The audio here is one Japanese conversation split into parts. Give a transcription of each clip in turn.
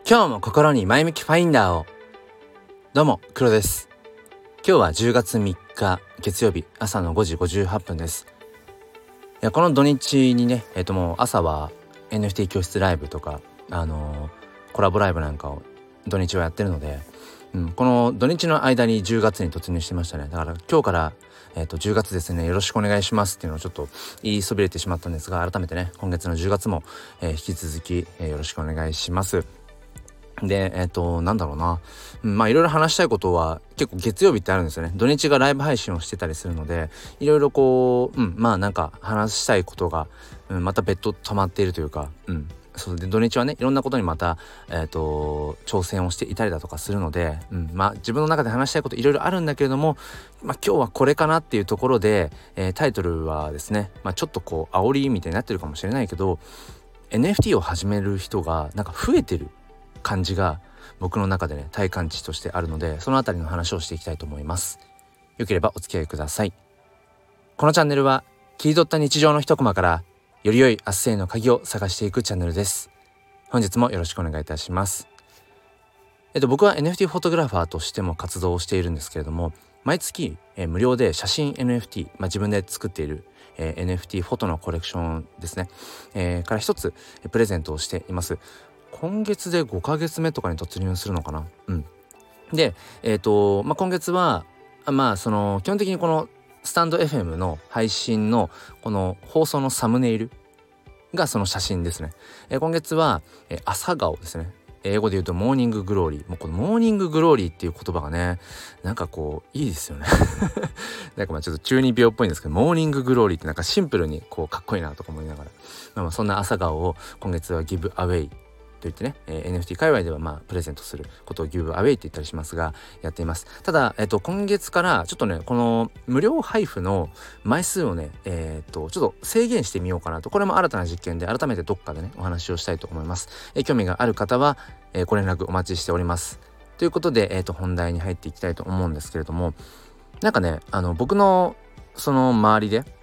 今日も心に前向きファインダーを。どうも黒です。今日は10月3日月曜日朝の5時58分です。この土日にねもう朝は NFT 教室ライブとかコラボライブなんかを土日はやってるので、この土日の間に10月に突入してましたね。だから今日から10月ですね、よろしくお願いしますっていうのをちょっと言いそびれてしまったんですが、改めてね今月の10月も、引き続き、よろしくお願いします。でなんだろうな、いろいろ話したいことは結構月曜日ってあるんですよね。土日がライブ配信をしてたりするので、いろいろこうなんか話したいことが、また別途溜まっているというか、そうで土日はねいろんなことにまた挑戦をしていたりだとかするので、自分の中で話したいこといろいろあるんだけれども、今日はこれかなっていうところで、タイトルはですね、ちょっとこう煽りみたいになってるかもしれないけど、 NFT を始める人がなんか増えてる感じが僕の中でね体感値としてあるので、そのあたりの話をしていきたいと思います。よければお付き合いください。このチャンネルは切り取った日常の一コマからより良い明日への鍵を探していくチャンネルです。本日もよろしくお願いいたします。僕は NFT フォトグラファーとしても活動をしているんですけれども、毎月、無料で写真 NFT、自分で作っている、NFT フォトのコレクションですね、から一つプレゼントをしています。今月で5ヶ月目とかに突入するのかな。で今月はその基本的にこのスタンド FM の配信のこの放送のサムネイルがその写真ですね。今月は、朝顔ですね。英語で言うとモーニンググローリー。もうこのモーニンググローリーっていう言葉がね、なんかこういいですよねなんかちょっと中二病っぽいんですけど、モーニンググローリーってなんかシンプルにこうかっこいいなとか思いながら、そんな朝顔を今月はギブアウェイといってね、NFT 界隈ではプレゼントすることをギブアウェイって言ったりしますが、やっています。ただ、今月からちょっとねこの無料配布の枚数をねちょっと制限してみようかなと。これも新たな実験で改めてどっかでねお話をしたいと思います。興味がある方は、ご連絡お待ちしておりますということで、本題に入っていきたいと思うんですけれども、なんかね僕のその周りで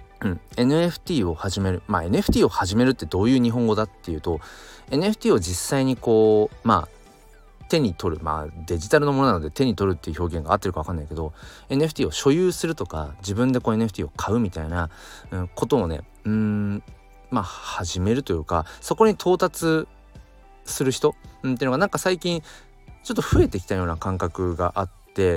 NFT を始める、NFT を始めるってどういう日本語だっていうと、 NFT を実際にこう手に取る、デジタルのものなので手に取るっていう表現が合ってるか分かんないけど、 NFT を所有するとか自分でこう NFT を買うみたいな、ことをね始めるというか、そこに到達する人、っていうのがなんか最近ちょっと増えてきたような感覚があって、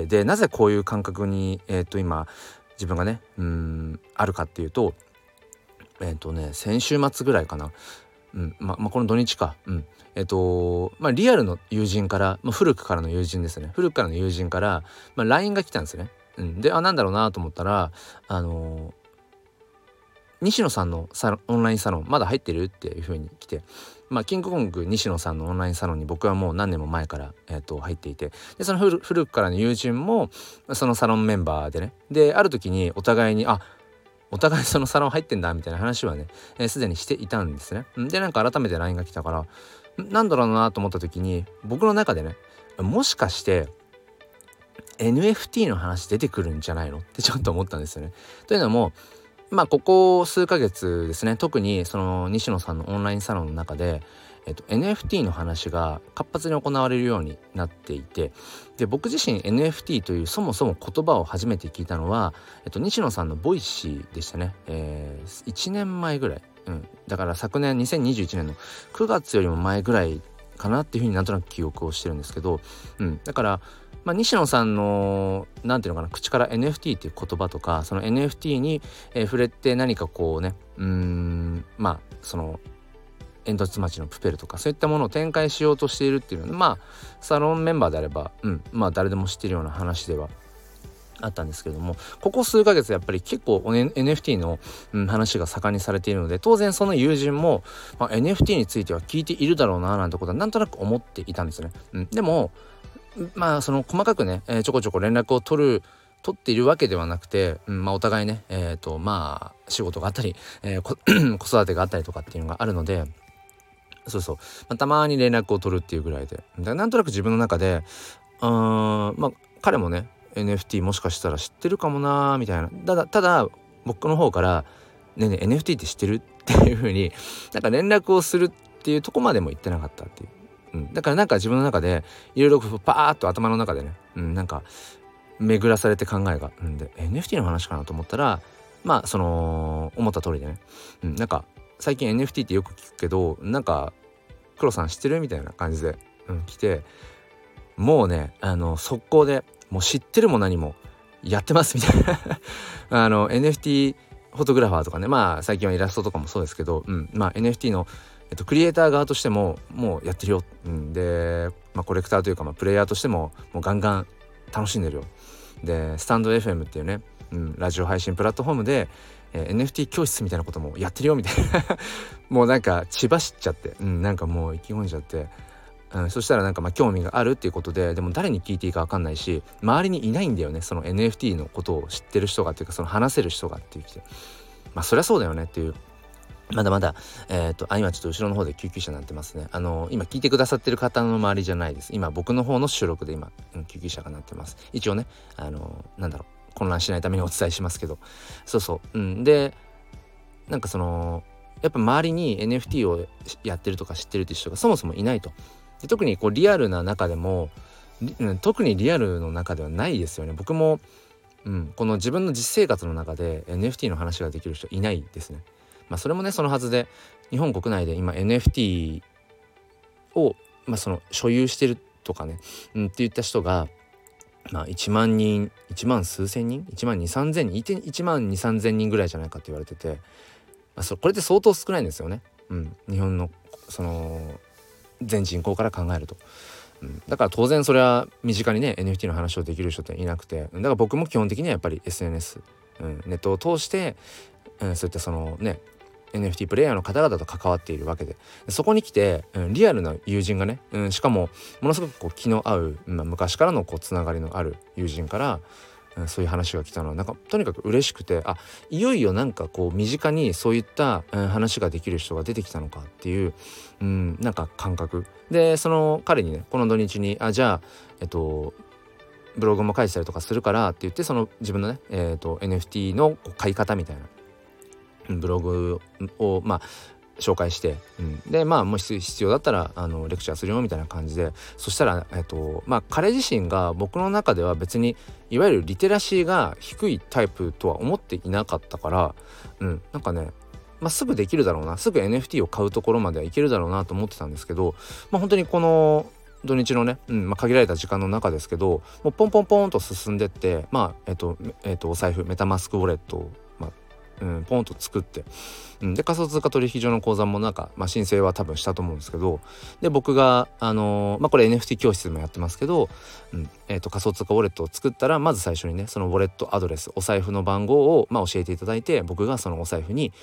でなぜこういう感覚に今自分がねあるかっていうと、先週末ぐらいかな、この土日か、リアルの友人から、古くからの友人ですね、古くからの友人から、LINE が来たんですね。でなんだろうなと思ったら、西野さんのオンラインサロンまだ入ってるっていう風に来て、キングコング西野さんのオンラインサロンに僕はもう何年も前から、入っていて、でその古くからの友人もそのサロンメンバーでね、である時にお互いそのサロン入ってんだみたいな話はねすでにしていたんですね。でなんか改めて LINE が来たから、なんだろうなと思った時に、僕の中でねもしかして NFT の話出てくるんじゃないのってちょっと思ったんですよね。というのもここ数ヶ月ですね、特にその西野さんのオンラインサロンの中で、NFT の話が活発に行われるようになっていて、で僕自身 NFT というそもそも言葉を初めて聞いたのは、西野さんのボイシーでしたね。1年前ぐらい、だから昨年2021年の9月よりも前ぐらいかなっていうふうになんとなく記憶をしてるんですけど、だから西野さんのなんていうのかな、口から NFT っていう言葉とか、その NFT に、触れて何かこうねその煙突町のプペルとかそういったものを展開しようとしているっていうのはサロンメンバーであれば誰でも知っているような話ではあったんですけれども、ここ数ヶ月やっぱり結構、NFT の、話が盛んにされているので、当然その友人も、NFT については聞いているだろうななんてことはなんとなく思っていたんですね。でもその細かくね、ちょこちょこ連絡を取っているわけではなくて、お互いね仕事があったり、子育てがあったりとかっていうのがあるので、たまに連絡を取るっていうぐらいで、なんとなく自分の中で彼もね NFT もしかしたら知ってるかもなみたいな、ただ僕の方からねえねえ NFT って知ってるっていう風になんか連絡をするっていうとこまでも言ってなかったっていう。 だからなんか自分の中でいろいろパーッと頭の中でね、なんか巡らされて考えが、で NFT の話かなと思ったら、まあその思った通りでね、なんか最近 NFT ってよく聞くけど、なんか黒さん知ってるみたいな感じで、来て、もうね速攻でもう知ってるも何もやってますみたいなNFT フォトグラファーとかね、まあ最近はイラストとかもそうですけど、まあ NFT のクリエイター側としてももうやってるよ、で、まあ、コレクターというか、プレイヤーとしてももうガンガン楽しんでるよ。でスタンド FM っていうね、ラジオ配信プラットフォームで、NFT 教室みたいなこともやってるよみたいなもうなんか血走っちゃって、なんかもう意気込んじゃって、そしたらなんか興味があるっていうことで、でも誰に聞いていいか分かんないし、周りにいないんだよね、その NFT のことを知ってる人がっていうか、その話せる人がっていうて、そりゃそうだよねっていう。まだまだ今ちょっと後ろの方で救急車になってますね。今聞いてくださってる方の周りじゃないです。今僕の方の収録で今、救急車が鳴ってます。一応ね混乱しないためにお伝えしますけど、でなんかやっぱ周りに NFT をやってるとか知ってるって人がそもそもいないと。で特にリアルな中でも、特にリアルの中ではないですよね。僕も、この自分の実生活の中で NFT の話ができる人いないですね。それもねそのはずで、日本国内で今 NFT を、その所有してるとかね、って言った人が、1万人1万数千人1万2、3千人いて1万2、3千人ぐらいじゃないかって言われてて、これって相当少ないんですよね。日本の全人口から考えると、だから当然それは身近にね NFT の話をできる人っていなくて、だから僕も基本的にはやっぱり SNS、ネットを通して、そういったNFT プレイヤーの方々と関わっているわけで、そこに来て、リアルな友人がね、しかもものすごく気の合う、昔からのつながりのある友人から、そういう話が来たのはなんかとにかく嬉しくて、いよいよなんか身近にそういった、話ができる人が出てきたのかっていう、なんか感覚で、その彼にねこの土日にじゃあブログも書いてたりとかするからって言って、その自分のね、NFT の買い方みたいなブログを紹介して、でもし必要だったらレクチャーするよみたいな感じで、そしたら彼自身が僕の中では別にいわゆるリテラシーが低いタイプとは思っていなかったから、なんかねすぐできるだろうな、すぐ NFT を買うところまではいけるだろうなと思ってたんですけど、本当にこの土日のね、限られた時間の中ですけど、もうポンポンポンと進んでって、お財布メタマスクウォレットをポンと作って、で仮想通貨取引所の口座も申請は多分したと思うんですけど、で僕がこれ NFT 教室でもやってますけど、仮想通貨ウォレットを作ったら、まず最初にねそのウォレットアドレス、お財布の番号を教えていただいて、僕がそのお財布に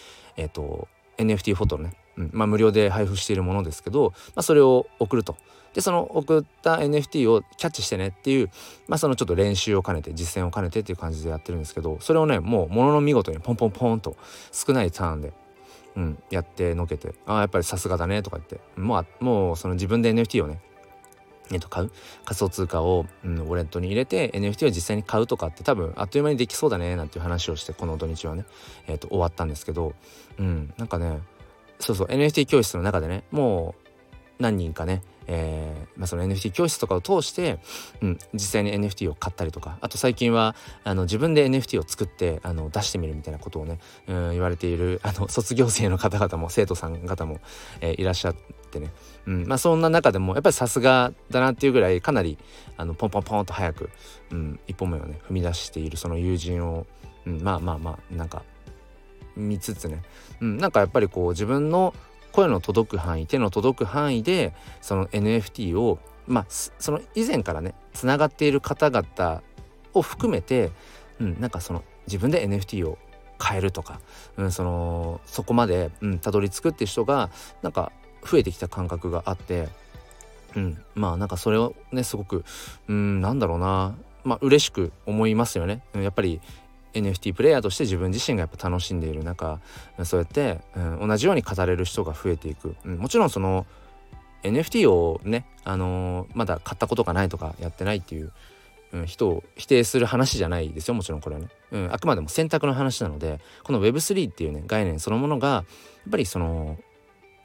NFT フォトのね、無料で配布しているものですけど、それを送ると。でその送った NFT をキャッチしてねっていう、そのちょっと練習を兼ねて実践を兼ねてっていう感じでやってるんですけど、それをねものの見事にポンポンポンと少ないターンで、やってのけて、やっぱりさすがだねとか言って、もうその自分で NFT をね買う仮想通貨を、ウォレットに入れて NFT を実際に買うとかって多分あっという間にできそうだねなんていう話をして、この土日はね、終わったんですけど、なんかねNFT 教室の中でねもう何人かね、その NFT 教室とかを通して、実際に NFT を買ったりとか、あと最近は自分で NFT を作って出してみるみたいなことをね、言われている卒業生の方々も生徒さん方も、いらっしゃってね、そんな中でもやっぱりさすがだなっていうぐらい、かなりポンポンポンと早く、一歩目をね踏み出しているその友人を、なんか見つつね、なんかやっぱり自分の声の届く範囲、手の届く範囲でその NFT をその以前からねつながっている方々を含めて、なんかその自分で NFT を買えるとか、そこまで、たどり着くっていう人がなんか増えてきた感覚があって、なんかそれをねすごくなんだろうな、嬉しく思いますよね。やっぱりNFT プレイヤーとして自分自身がやっぱ楽しんでいる中、そうやって、同じように語れる人が増えていく、もちろんその NFT をね、まだ買ったことがないとかやってないっていう、人を否定する話じゃないですよ。もちろんこれはね、あくまでも選択の話なので、この Web3 っていうね概念そのものがやっぱりその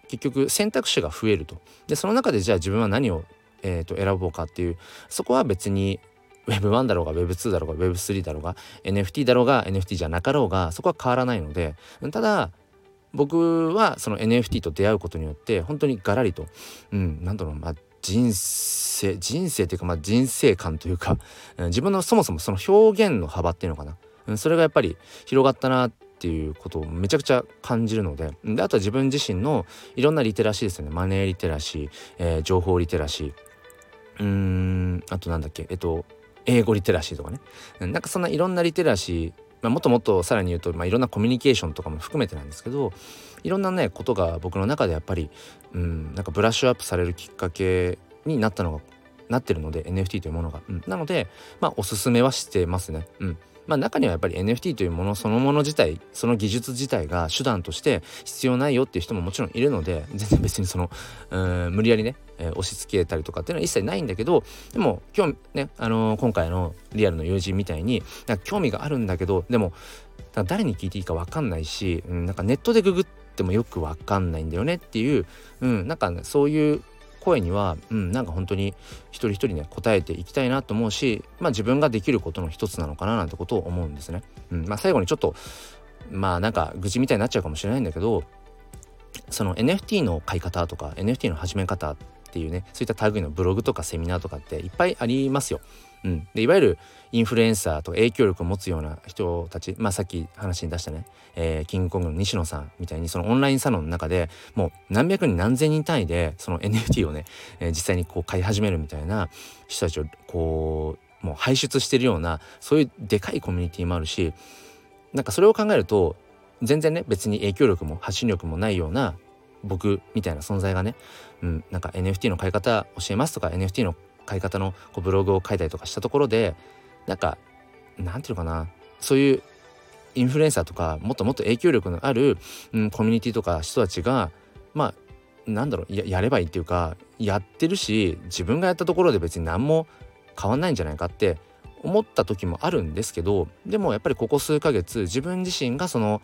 結局選択肢が増えると。でその中でじゃあ自分は何を、選ぼうかっていう、そこは別に Web1 だろうが Web2 だろうが Web3 だろうが NFT だろうが NFT じゃなかろうがそこは変わらないので、ただ僕はその NFT と出会うことによって本当にガラリと、なんだろう、人生っていうか、人生観というか、自分のそもそもその表現の幅っていうのかな、それがやっぱり広がったなっていうことをめちゃくちゃ感じるので、あとは自分自身のいろんなリテラシーですよね。マネーリテラシー、情報リテラシー、あとなんだっけ、英語リテラシーとかね、なんかそんないろんなリテラシー、もっともっとさらに言うと、いろんなコミュニケーションとかも含めてなんですけど、いろんなねことが僕の中でやっぱり、なんかブラッシュアップされるきっかけになってるので NFT というものが、なのでおすすめはしてますね。中にはやっぱり NFT というものそのもの自体、その技術自体が手段として必要ないよっていう人ももちろんいるので、全然別にその無理やりね、押し付けたりとかっていうのは一切ないんだけど、でも今日ね、今回のリアルの友人みたいになんか興味があるんだけど、でも誰に聞いていいか分かんないし、なんかネットでググってもよく分かんないんだよねっていう、なんか、ね、そういう声には、なんか本当に一人一人ね答えていきたいなと思うし、自分ができることの一つなのかななんてことを思うんですね。最後にちょっとなんか愚痴みたいになっちゃうかもしれないんだけど、その NFT の買い方とか NFT の始め方っていうね、そういった類のブログとかセミナーとかっていっぱいありますよ。でいわゆるインフルエンサーとか影響力を持つような人たち、さっき話に出したね、キングコングの西野さんみたいに、そのオンラインサロンの中でもう何百人何千人単位でその NFT をね、実際にこう買い始めるみたいな人たちをこうもう輩出してるような、そういうでかいコミュニティもあるし、なんかそれを考えると全然ね別に影響力も発信力もないような僕みたいな存在がね、なんか NFT の買い方教えますとか NFT の買い方のこうブログを書いたりとかしたところで、なんかなんていうのかな、そういうインフルエンサーとかもっともっと影響力のある、コミュニティとか人たちがなんだろう やればいいっていうか、やってるし自分がやったところで別に何も変わんないんじゃないかって思った時もあるんですけど、でもやっぱりここ数ヶ月自分自身がその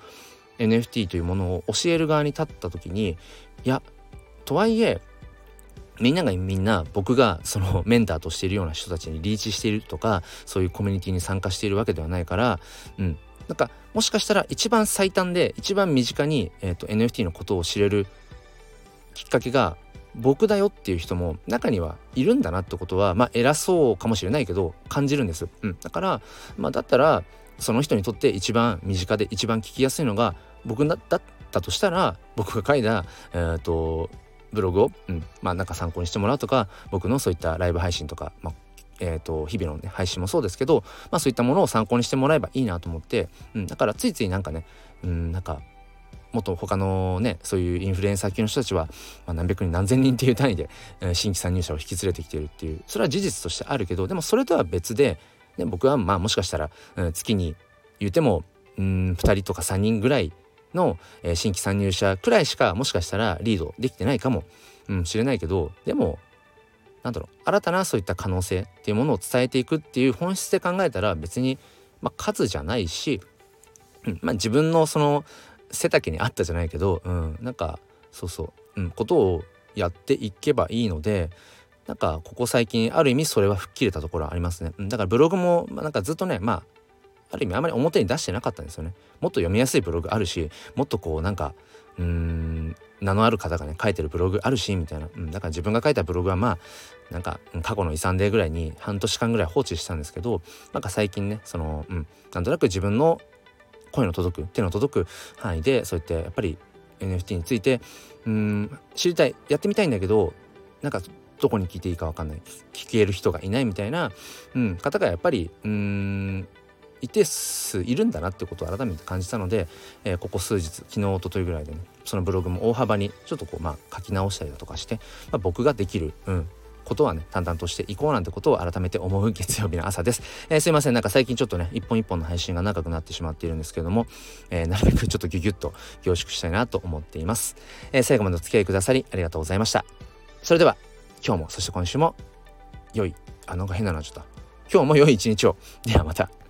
NFT というものを教える側に立った時に、いやとはいえみんな僕がそのメンターとしているような人たちにリーチしているとか、そういうコミュニティに参加しているわけではないから、なんかもしかしたら一番最短で一番身近に、NFT のことを知れるきっかけが僕だよっていう人も中にはいるんだなってことは、偉そうかもしれないけど感じるんです。だからだったらその人にとって一番身近で一番聞きやすいのが僕だったとしたら、僕が書いたブログを、なんか参考にしてもらうとか、僕のそういったライブ配信とか、日々の、ね、配信もそうですけど、そういったものを参考にしてもらえばいいなと思って、だからついついなんかね、なんかもっと他のねそういうインフルエンサー系の人たちは、何百人何千人っていう単位で、新規参入者を引き連れてきているっていう、それは事実としてあるけど、でもそれとは別で、僕はもしかしたら、月に言うても2人とか3人ぐらいの、新規参入者くらいしかもしかしたらリードできてないかもしれないけど、でもなんだろう、新たなそういった可能性っていうものを伝えていくっていう本質で考えたら別に、数じゃないし、自分のその背丈に合ったじゃないけど、なんかことをやっていけばいいので、なんかここ最近ある意味それは吹っ切れたところはありますね。だからブログもなんかずっとねある意味あまり表に出してなかったんですよね。もっと読みやすいブログあるし、もっとこうなんか名のある方がね書いてるブログあるしみたいな、だから自分が書いたブログはなんか過去の遺産でぐらいに半年間ぐらい放置したんですけど、なんか最近ねそのなんとなく自分の声の届く手の届く範囲でそうやってやっぱり NFT について知りたい、やってみたいんだけど、なんかどこに聞いていいか分かんない、聞ける人がいないみたいな、方がやっぱり一定数いるんだなってことを改めて感じたので、ここ数日昨日一昨日ぐらいでねそのブログも大幅にちょっとこう書き直したりだとかして、僕ができることはね淡々としていこうなんてことを改めて思う月曜日の朝です。すいません、なんか最近ちょっとね一本一本の配信が長くなってしまっているんですけども、なるべくちょっとギュギュッと凝縮したいなと思っています。最後までお付き合いくださりありがとうございました。それでは今日もそして今週も良いなんか変なのはちょっと今日も良い一日を。ではまた。